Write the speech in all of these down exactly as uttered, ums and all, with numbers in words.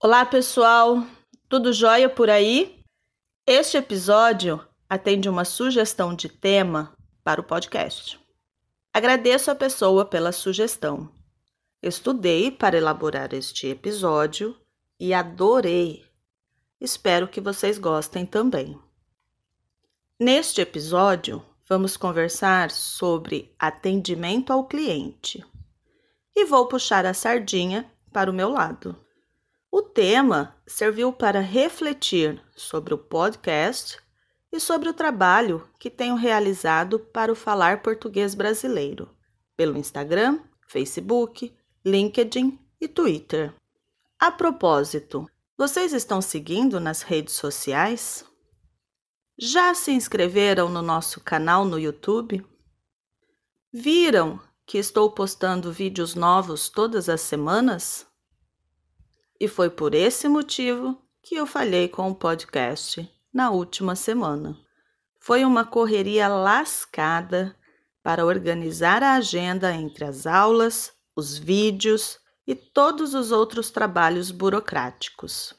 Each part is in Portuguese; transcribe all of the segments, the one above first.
Olá, pessoal! Tudo jóia por aí? Este episódio atende uma sugestão de tema para o podcast. Agradeço a pessoa pela sugestão. Estudei para elaborar este episódio e adorei. Espero que vocês gostem também. Neste episódio, vamos conversar sobre atendimento ao cliente. E vou puxar a sardinha para o meu lado. O tema serviu para refletir sobre o podcast e sobre o trabalho que tenho realizado para o Falar Português Brasileiro, pelo Instagram, Facebook, LinkedIn e Twitter. A propósito, vocês estão seguindo nas redes sociais? Já se inscreveram no nosso canal no YouTube? Viram que estou postando vídeos novos todas as semanas? E foi por esse motivo que eu falhei com o podcast na última semana. Foi uma correria lascada para organizar a agenda entre as aulas, os vídeos e todos os outros trabalhos burocráticos.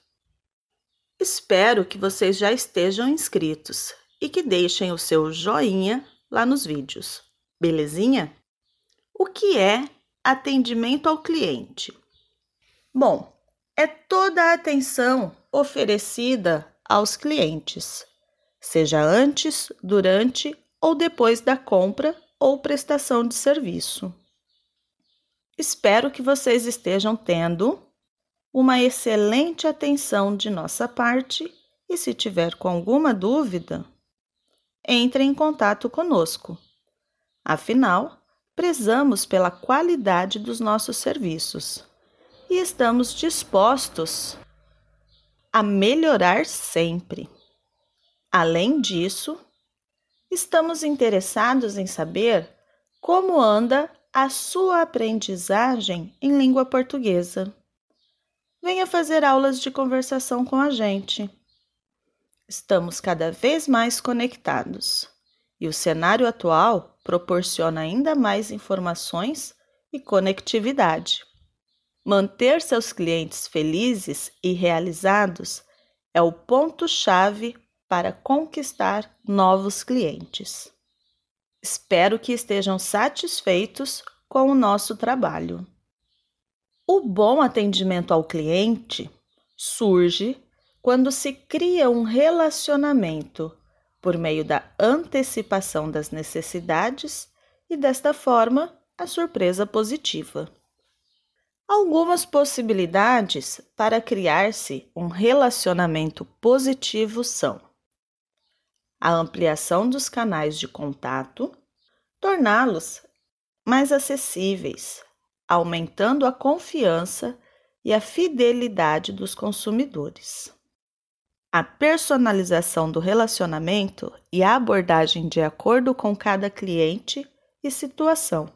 Espero que vocês já estejam inscritos e que deixem o seu joinha lá nos vídeos. Belezinha? O que é atendimento ao cliente? Bom, é toda a atenção oferecida aos clientes, seja antes, durante ou depois da compra ou prestação de serviço. Espero que vocês estejam tendo uma excelente atenção de nossa parte e, se tiver com alguma dúvida, entre em contato conosco. Afinal, prezamos pela qualidade dos nossos serviços. E estamos dispostos a melhorar sempre. Além disso, estamos interessados em saber como anda a sua aprendizagem em língua portuguesa. Venha fazer aulas de conversação com a gente. Estamos cada vez mais conectados e o cenário atual proporciona ainda mais informações e conectividade. Manter seus clientes felizes e realizados é o ponto-chave para conquistar novos clientes. Espero que estejam satisfeitos com o nosso trabalho. O bom atendimento ao cliente surge quando se cria um relacionamento por meio da antecipação das necessidades e, desta forma, a surpresa positiva. Algumas possibilidades para criar-se um relacionamento positivo são a ampliação dos canais de contato, torná-los mais acessíveis, aumentando a confiança e a fidelidade dos consumidores. A personalização do relacionamento e a abordagem de acordo com cada cliente e situação.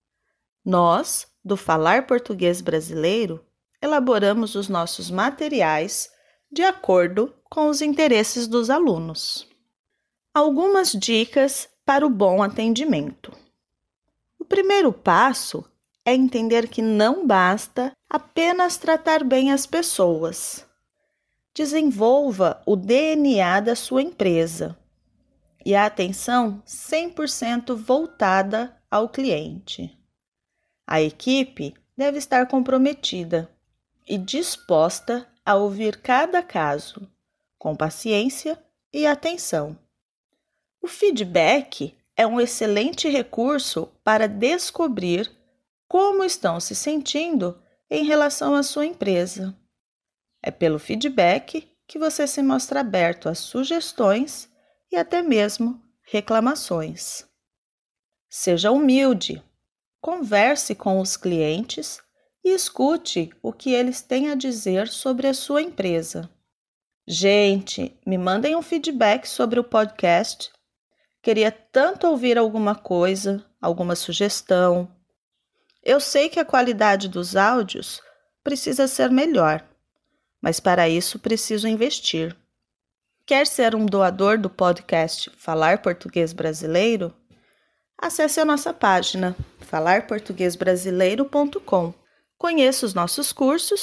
Nós, do Falar Português Brasileiro, elaboramos os nossos materiais de acordo com os interesses dos alunos. Algumas dicas para o bom atendimento. O primeiro passo é entender que não basta apenas tratar bem as pessoas. Desenvolva o D N A da sua empresa e a atenção cem por cento voltada ao cliente. A equipe deve estar comprometida e disposta a ouvir cada caso, com paciência e atenção. O feedback é um excelente recurso para descobrir como estão se sentindo em relação à sua empresa. É pelo feedback que você se mostra aberto a sugestões e até mesmo reclamações. Seja humilde. Converse com os clientes e escute o que eles têm a dizer sobre a sua empresa. Gente, me mandem um feedback sobre o podcast. Queria tanto ouvir alguma coisa, alguma sugestão. Eu sei que a qualidade dos áudios precisa ser melhor, mas para isso preciso investir. Quer ser um doador do podcast Falar Português Brasileiro? Acesse a nossa página falar português brasileiro ponto com. Conheça os nossos cursos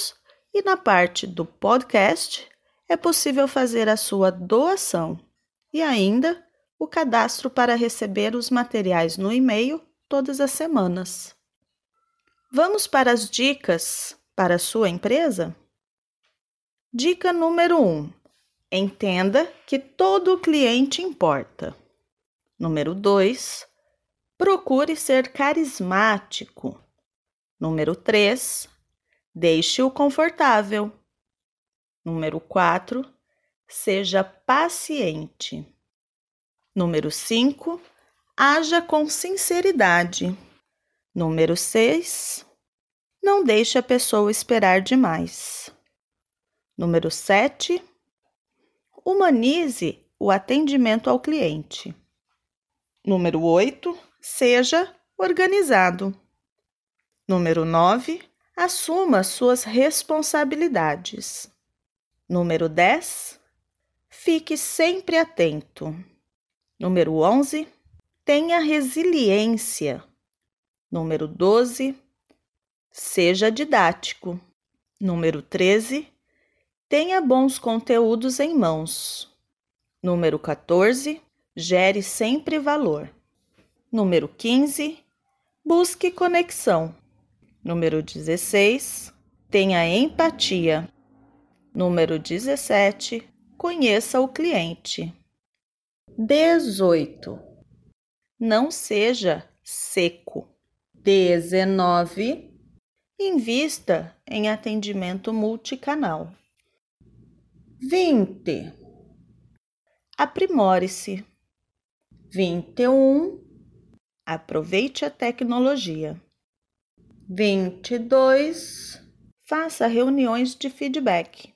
E na parte do podcast, é possível fazer a sua doação e ainda o cadastro para receber os materiais no e-mail todas as semanas. Vamos para as dicas para a sua empresa? Dica número um. Entenda que todo cliente importa. Número dois. Procure ser carismático. Número três. Deixe-o confortável. Número quatro. Seja paciente. Número cinco. Haja com sinceridade. Número seis. Não deixe a pessoa esperar demais. Número sete. Humanize o atendimento ao cliente. Número oito. Seja organizado. Número nove. Assuma suas responsabilidades. Número dez. Fique sempre atento. Número onze. Tenha resiliência. Número doze. Seja didático. Número treze. Tenha bons conteúdos em mãos. Número quatorze. Gere sempre valor. Número quinze. Busque conexão. Número dezesseis. Tenha empatia. Número dezessete. Conheça o cliente. dezoito. Não seja seco. dezenove. Invista em atendimento multicanal. vinte. Aprimore-se. vinte e um. Aproveite a tecnologia. vinte e dois. Faça reuniões de feedback.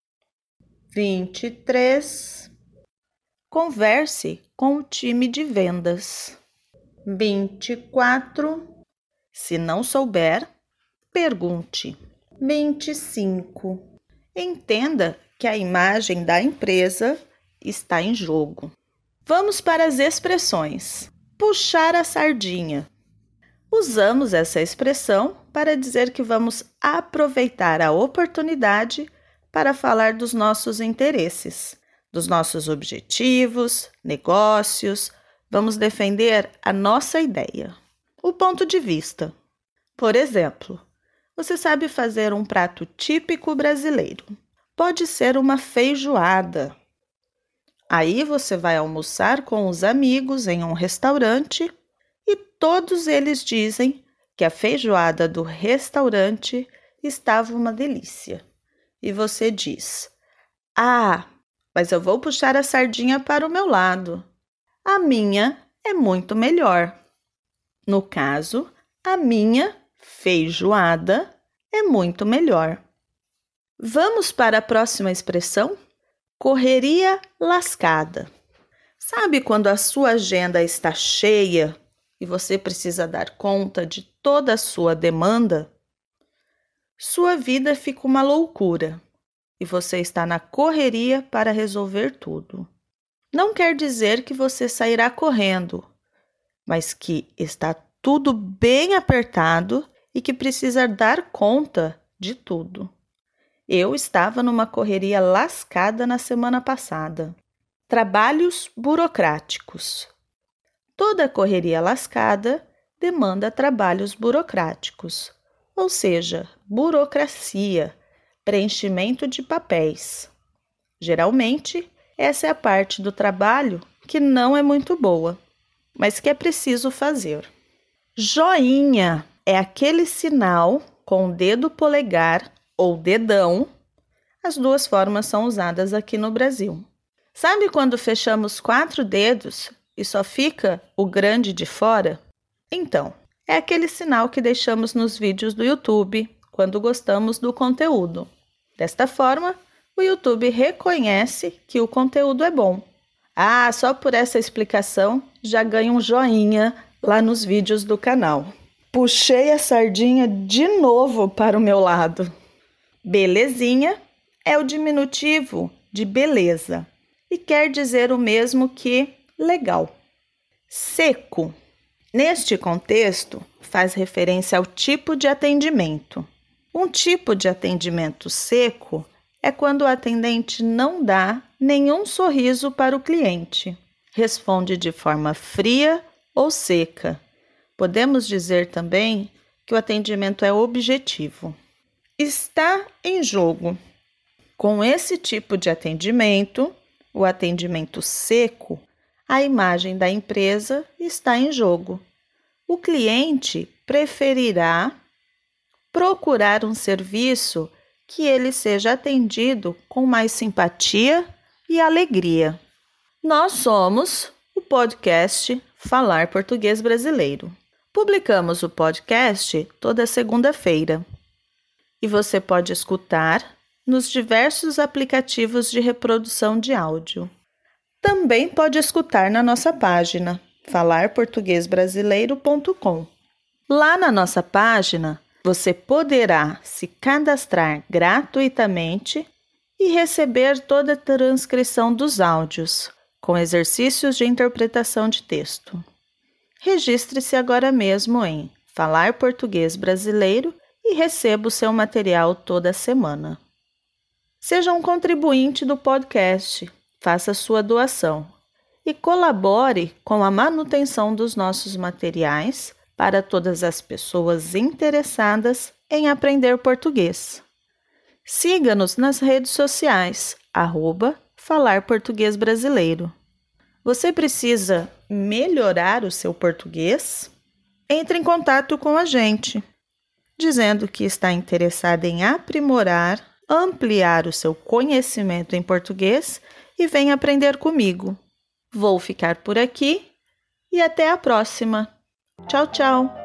vinte e três. Converse com o time de vendas. vinte e quatro. Se não souber, pergunte. vinte e cinco. Entenda que a imagem da empresa está em jogo. Vamos para as expressões. Puxar a sardinha. Usamos essa expressão para dizer que vamos aproveitar a oportunidade para falar dos nossos interesses, dos nossos objetivos, negócios. Vamos defender a nossa ideia, o ponto de vista. Por exemplo, você sabe fazer um prato típico brasileiro. Pode ser uma feijoada. Aí você vai almoçar com os amigos em um restaurante e todos eles dizem que a feijoada do restaurante estava uma delícia. E você diz: "Ah, mas eu vou puxar a sardinha para o meu lado. A minha é muito melhor." No caso, a minha feijoada é muito melhor. Vamos para a próxima expressão? Correria lascada. Sabe quando a sua agenda está cheia e você precisa dar conta de toda a sua demanda? Sua vida fica uma loucura e você está na correria para resolver tudo. Não quer dizer que você sairá correndo, mas que está tudo bem apertado e que precisa dar conta de tudo. Eu estava numa correria lascada na semana passada. Trabalhos burocráticos. Toda correria lascada demanda trabalhos burocráticos, ou seja, burocracia, preenchimento de papéis. Geralmente, essa é a parte do trabalho que não é muito boa, mas que é preciso fazer. Joinha é aquele sinal com o dedo polegar ou dedão. As duas formas são usadas aqui no Brasil. Sabe quando fechamos quatro dedos e só fica o grande de fora? Então, é aquele sinal que deixamos nos vídeos do YouTube quando gostamos do conteúdo. Desta forma, o YouTube reconhece que o conteúdo é bom. Ah, só por essa explicação já ganha um joinha lá nos vídeos do canal. Puxei a sardinha de novo para o meu lado. Belezinha é o diminutivo de beleza e quer dizer o mesmo que legal. Seco, neste contexto, faz referência ao tipo de atendimento. Um tipo de atendimento seco é quando o atendente não dá nenhum sorriso para o cliente. Responde de forma fria ou seca. Podemos dizer também que o atendimento é objetivo. Está em jogo. Com esse tipo de atendimento, o atendimento seco, a imagem da empresa está em jogo. O cliente preferirá procurar um serviço que ele seja atendido com mais simpatia e alegria. Nós somos o podcast Falar Português Brasileiro. Publicamos o podcast toda segunda-feira e você pode escutar nos diversos aplicativos de reprodução de áudio. Também pode escutar na nossa página falar português brasileiro ponto com. Lá na nossa página, você poderá se cadastrar gratuitamente e receber toda a transcrição dos áudios, com exercícios de interpretação de texto. Registre-se agora mesmo em Falar Português Brasileiro e receba o seu material toda semana. Seja um contribuinte do podcast, faça sua doação e colabore com a manutenção dos nossos materiais para todas as pessoas interessadas em aprender português. Siga-nos nas redes sociais, arroba Falar Português Brasileiro. Você precisa melhorar o seu português? Entre em contato com a gente, dizendo que está interessado em aprimorar, ampliar o seu conhecimento em português e venha aprender comigo. Vou ficar por aqui e até a próxima. Tchau, tchau!